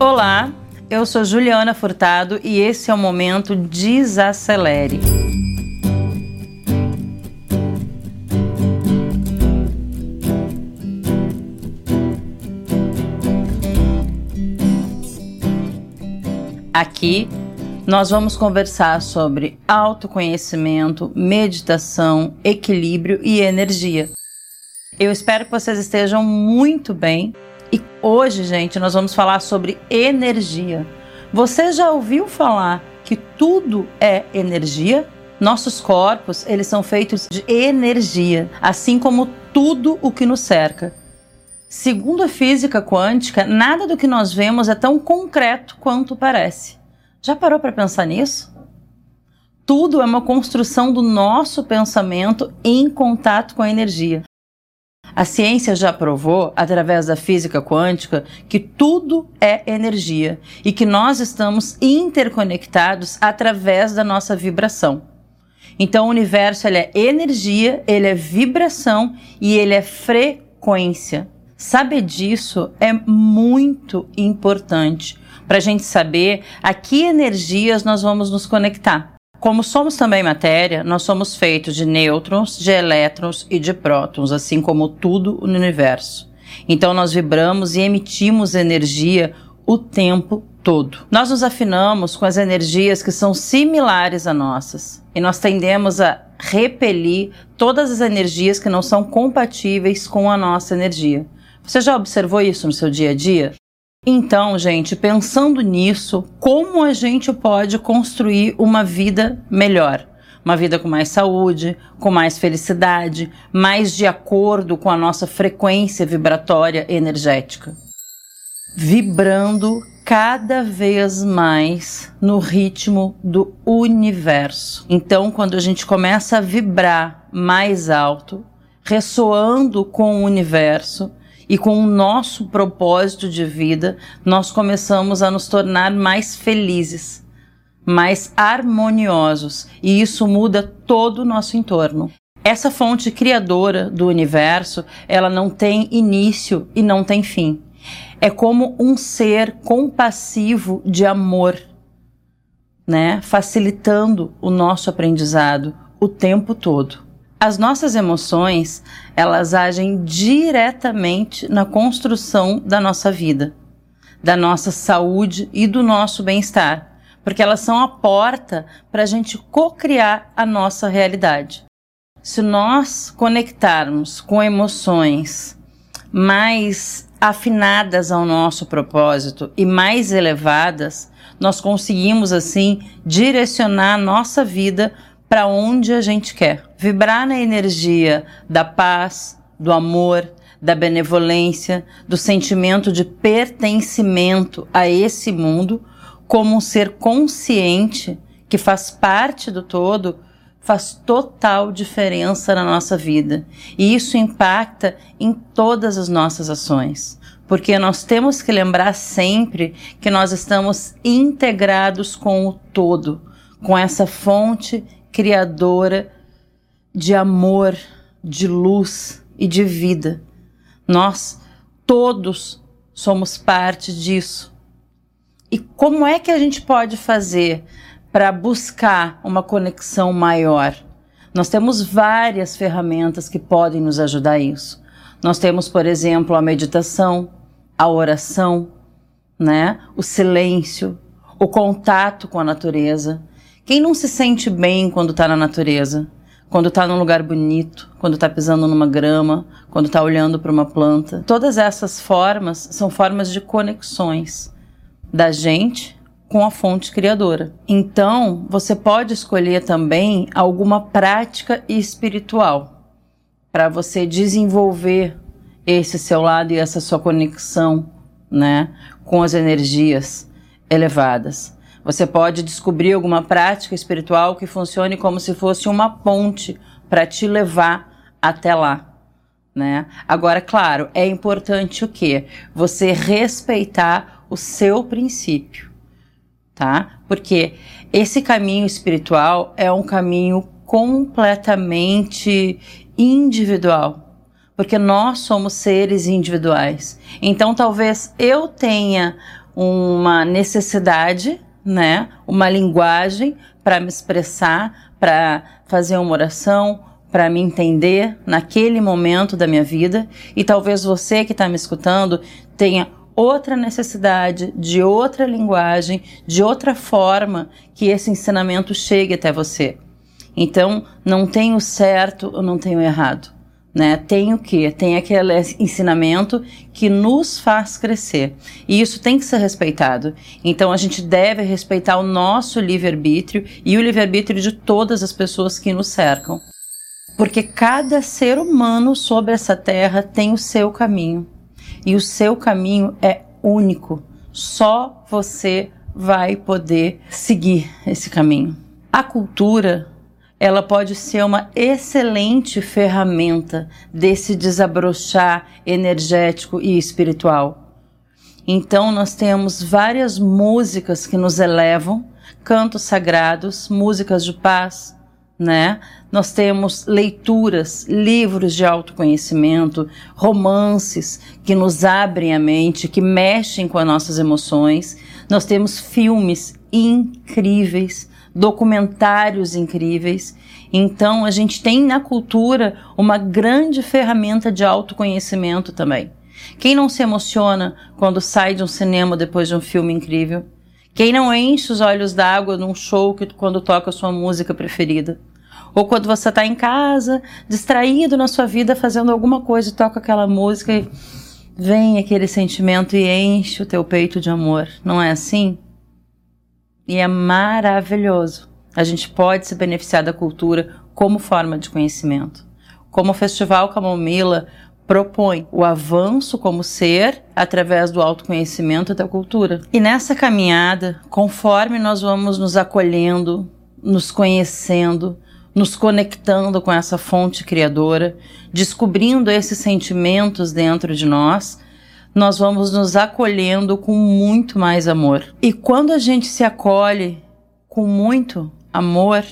Olá, eu sou Juliana Furtado e esse é o Momento Desacelere. Aqui nós vamos conversar sobre autoconhecimento, meditação, equilíbrio e energia. Eu espero que vocês estejam muito bem. E hoje, gente, nós vamos falar sobre energia. Você já ouviu falar que tudo é energia? Nossos corpos, eles são feitos de energia, assim como tudo o que nos cerca. Segundo a física quântica, nada do que nós vemos é tão concreto quanto parece. Já parou para pensar nisso? Tudo é uma construção do nosso pensamento em contato com a energia. A ciência já provou, através da física quântica, que tudo é energia e que nós estamos interconectados através da nossa vibração. Então, o universo ele é energia, ele é vibração e ele é frequência. Saber disso é muito importante para a gente saber a que energias nós vamos nos conectar. Como somos também matéria, nós somos feitos de nêutrons, de elétrons e de prótons, assim como tudo no universo. Então nós vibramos e emitimos energia o tempo todo. Nós nos afinamos com as energias que são similares a nossas e nós tendemos a repelir todas as energias que não são compatíveis com a nossa energia. Você já observou isso no seu dia a dia? Então, gente, pensando nisso, como a gente pode construir uma vida melhor? Uma vida com mais saúde, com mais felicidade, mais de acordo com a nossa frequência vibratória energética. Vibrando cada vez mais no ritmo do universo. Então, quando a gente começa a vibrar mais alto, ressoando com o universo, e com o nosso propósito de vida, nós começamos a nos tornar mais felizes, mais harmoniosos, e isso muda todo o nosso entorno. Essa fonte criadora do universo, ela não tem início e não tem fim. É como um ser compassivo de amor, né? Facilitando o nosso aprendizado o tempo todo. As nossas emoções, elas agem diretamente na construção da nossa vida, da nossa saúde e do nosso bem-estar, porque elas são a porta para a gente co-criar a nossa realidade. Se nós conectarmos com emoções mais afinadas ao nosso propósito e mais elevadas, nós conseguimos, assim, direcionar a nossa vida para onde a gente quer. Vibrar na energia da paz, do amor, da benevolência, do sentimento de pertencimento a esse mundo, como um ser consciente que faz parte do todo, faz total diferença na nossa vida. E isso impacta em todas as nossas ações. Porque nós temos que lembrar sempre que nós estamos integrados com o todo, com essa fonte criadora de amor, de luz e de vida. Nós todos somos parte disso. E como é que a gente pode fazer para buscar uma conexão maior? Nós temos várias ferramentas que podem nos ajudar a isso. Nós temos, por exemplo, a meditação, a oração, né? O silêncio, o contato com a natureza. Quem não se sente bem quando está na natureza? Quando está num lugar bonito, quando está pisando numa grama, quando está olhando para uma planta. Todas essas formas são formas de conexões da gente com a fonte criadora. Então, você pode escolher também alguma prática espiritual para você desenvolver esse seu lado e essa sua conexão, né, com as energias elevadas. Você pode descobrir alguma prática espiritual que funcione como se fosse uma ponte para te levar até lá, né? Agora, claro, é importante o quê? Você respeitar o seu princípio, tá? Porque esse caminho espiritual é um caminho completamente individual, porque nós somos seres individuais. Então, talvez eu tenha uma necessidade, né? Uma linguagem para me expressar, para fazer uma oração, para me entender naquele momento da minha vida. E talvez você que está me escutando tenha outra necessidade, de outra linguagem, de outra forma que esse ensinamento chegue até você. Então, não tem o certo ou não tem o errado, né? Tem o quê? Tem aquele ensinamento que nos faz crescer. E isso tem que ser respeitado. Então, a gente deve respeitar o nosso livre-arbítrio e o livre-arbítrio de todas as pessoas que nos cercam. Porque cada ser humano sobre essa terra tem o seu caminho. E o seu caminho é único. Só você vai poder seguir esse caminho. A cultura, ela pode ser uma excelente ferramenta desse desabrochar energético e espiritual. Então, nós temos várias músicas que nos elevam, cantos sagrados, músicas de paz, né? Nós temos leituras, livros de autoconhecimento, romances que nos abrem a mente, que mexem com as nossas emoções. Nós temos filmes incríveis, documentários incríveis. Então, a gente tem na cultura uma grande ferramenta de autoconhecimento também. Quem não se emociona quando sai de um cinema depois de um filme incrível? Quem não enche os olhos d'água num show quando toca a sua música preferida? Ou quando você está em casa, distraído na sua vida, fazendo alguma coisa e toca aquela música e vem aquele sentimento e enche o teu peito de amor. Não é assim? E é maravilhoso. A gente pode se beneficiar da cultura como forma de conhecimento. Como o Festival Camomila propõe o avanço como ser através do autoconhecimento da cultura. E nessa caminhada, conforme nós vamos nos acolhendo, nos conhecendo, nos conectando com essa fonte criadora, descobrindo esses sentimentos dentro de nós, nós vamos nos acolhendo com muito mais amor. E quando a gente se acolhe com muito amor,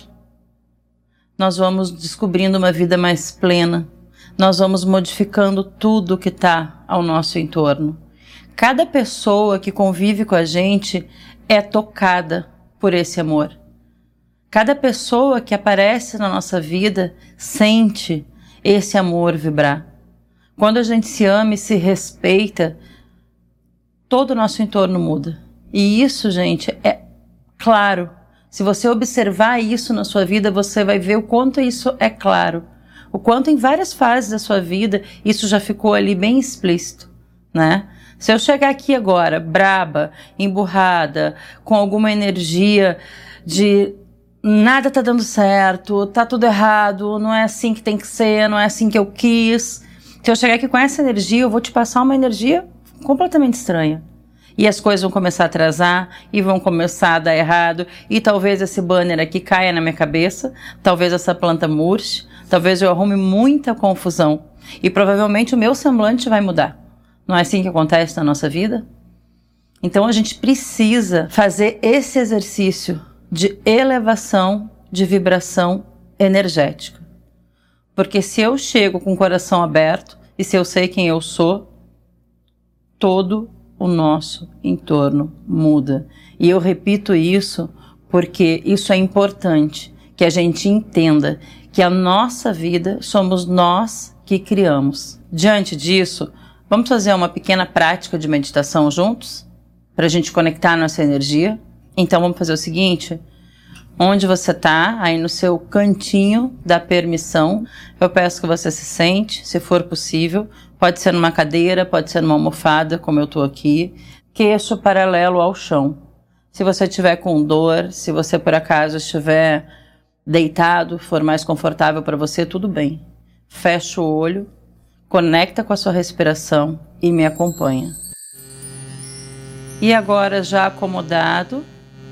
nós vamos descobrindo uma vida mais plena, nós vamos modificando tudo que está ao nosso entorno. Cada pessoa que convive com a gente é tocada por esse amor. Cada pessoa que aparece na nossa vida sente esse amor vibrar. Quando a gente se ama e se respeita, todo o nosso entorno muda. E isso, gente, é claro. Se você observar isso na sua vida, você vai ver o quanto isso é claro. O quanto em várias fases da sua vida isso já ficou ali bem explícito, né? Se eu chegar aqui agora, braba, emburrada, com alguma energia de nada tá dando certo, tá tudo errado, não é assim que tem que ser, não é assim que eu quis. Se eu chegar aqui com essa energia, eu vou te passar uma energia completamente estranha. E as coisas vão começar a atrasar, e vão começar a dar errado, e talvez esse banner aqui caia na minha cabeça, talvez essa planta murche, talvez eu arrume muita confusão. E provavelmente o meu semblante vai mudar. Não é assim que acontece na nossa vida? Então a gente precisa fazer esse exercício de elevação de vibração energética. Porque se eu chego com o coração aberto e se eu sei quem eu sou, todo o nosso entorno muda. E eu repito isso porque isso é importante, que a gente entenda que a nossa vida somos nós que criamos. Diante disso, vamos fazer uma pequena prática de meditação juntos? Para a gente conectar a nossa energia? Então vamos fazer o seguinte, onde você está, aí no seu cantinho da permissão, eu peço que você se sente, se for possível, pode ser numa cadeira, pode ser numa almofada, como eu estou aqui, queixo paralelo ao chão. Se você estiver com dor, se você por acaso estiver deitado, for mais confortável para você, tudo bem. Fecha o olho, conecta com a sua respiração e me acompanha. E agora, já acomodado,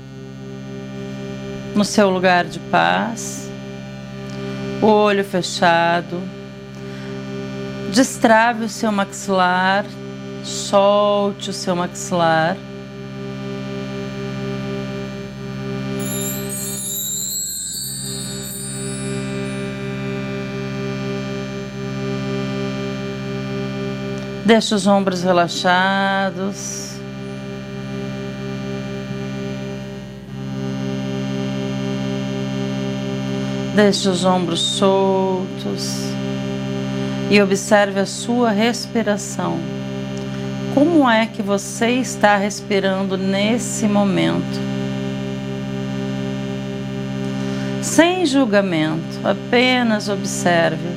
no seu lugar de paz, olho fechado, destrave o seu maxilar, solte o seu maxilar. Deixe os ombros relaxados. Deixe os ombros soltos e observe a sua respiração. Como é que você está respirando nesse momento? Sem julgamento, apenas observe.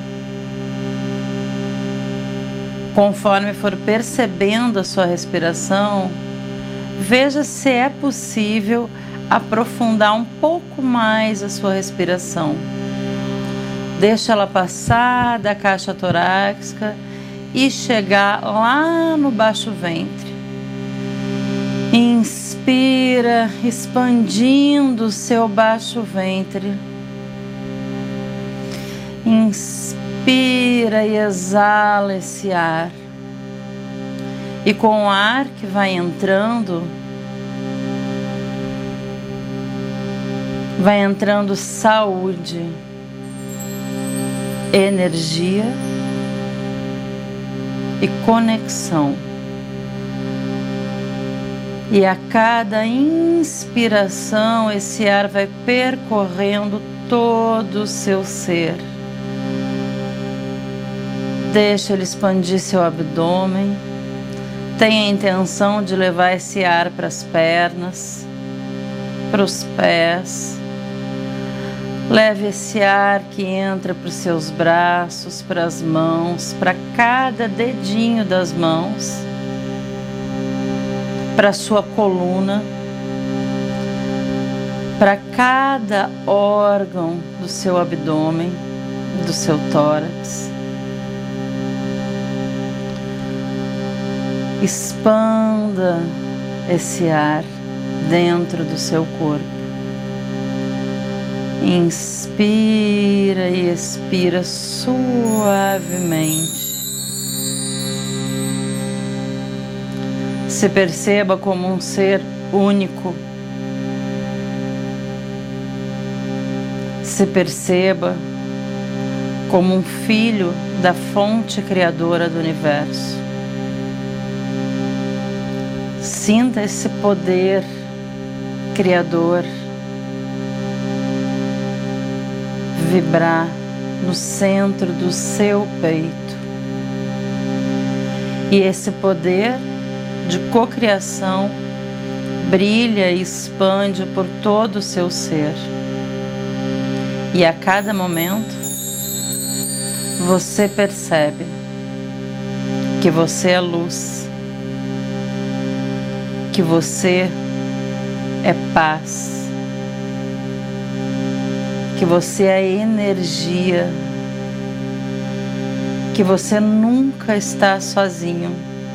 Conforme for percebendo a sua respiração, veja se é possível aprofundar um pouco mais a sua respiração. Deixe ela passar da caixa torácica e chegar lá no baixo ventre. Inspira, expandindo o seu baixo ventre. Inspira e exala esse ar. E com o ar que vai entrando saúde, energia e conexão. E a cada inspiração, esse ar vai percorrendo todo o seu ser. Deixa ele expandir seu abdômen. Tenha a intenção de levar esse ar para as pernas, para os pés. Leve esse ar que entra para os seus braços, para as mãos, para cada dedinho das mãos, para a sua coluna, para cada órgão do seu abdômen, do seu tórax. Expanda esse ar dentro do seu corpo. Inspira e expira suavemente. Se perceba como um ser único. Se perceba como um filho da fonte criadora do universo. Sinta esse poder criador vibrar no centro do seu peito. E esse poder de cocriação brilha e expande por todo o seu ser. E a cada momento você percebe que você é luz, que você é paz, que você é energia, que você nunca está sozinho.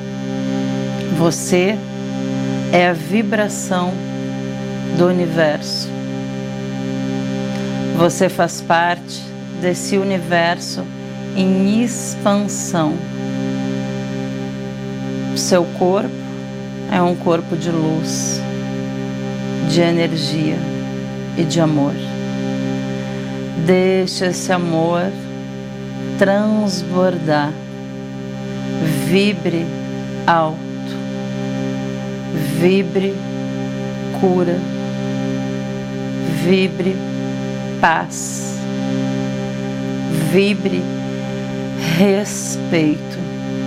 Você é a vibração do universo. Você faz parte desse universo em expansão. Seu corpo é um corpo de luz, de energia e de amor. Deixe esse amor transbordar. Vibre alto. Vibre cura. Vibre paz. Vibre respeito.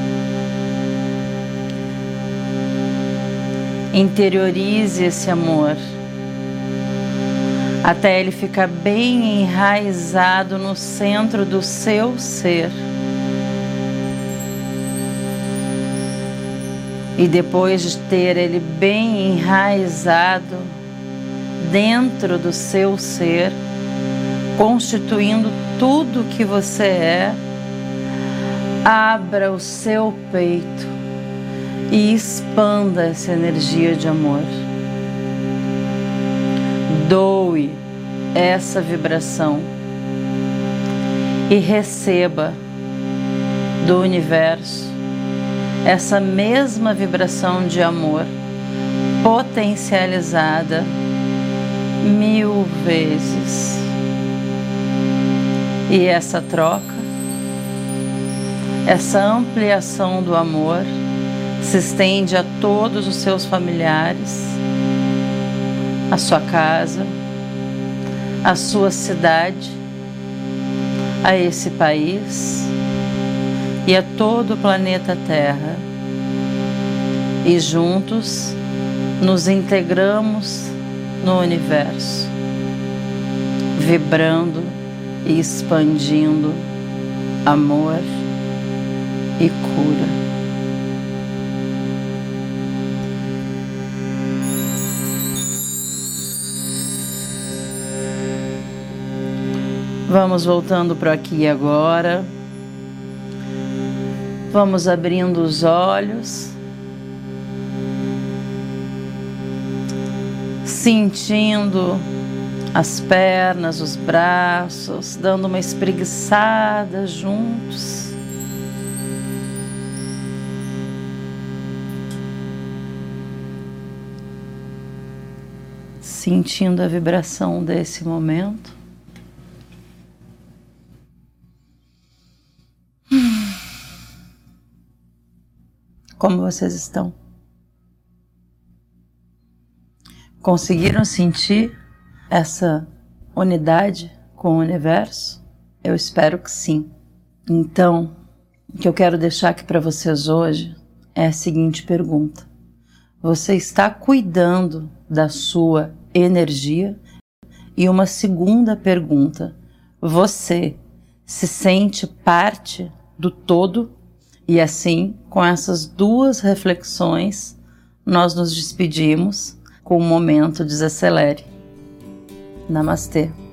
Interiorize esse amor até ele ficar bem enraizado no centro do seu ser. E depois de ter ele bem enraizado dentro do seu ser, constituindo tudo que você é, abra o seu peito e expanda essa energia de amor. Doe essa vibração e receba do universo essa mesma vibração de amor potencializada 1000 vezes. E essa troca, essa ampliação do amor se estende a todos os seus familiares, a sua casa, a sua cidade a esse país e a todo o planeta Terra. E juntos nos integramos no universo, vibrando e expandindo amor e cura. Vamos voltando para aqui e agora. Vamos abrindo os olhos, sentindo as pernas, os braços, dando uma espreguiçada juntos. Sentindo a vibração desse momento. Como vocês estão? Conseguiram sentir essa unidade com o universo? Eu espero que sim. Então, o que eu quero deixar aqui para vocês hoje é a seguinte pergunta: você está cuidando da sua energia? E uma segunda pergunta: você se sente parte do todo? E assim, com essas duas reflexões, nós nos despedimos com o momento Desacelere. Namastê.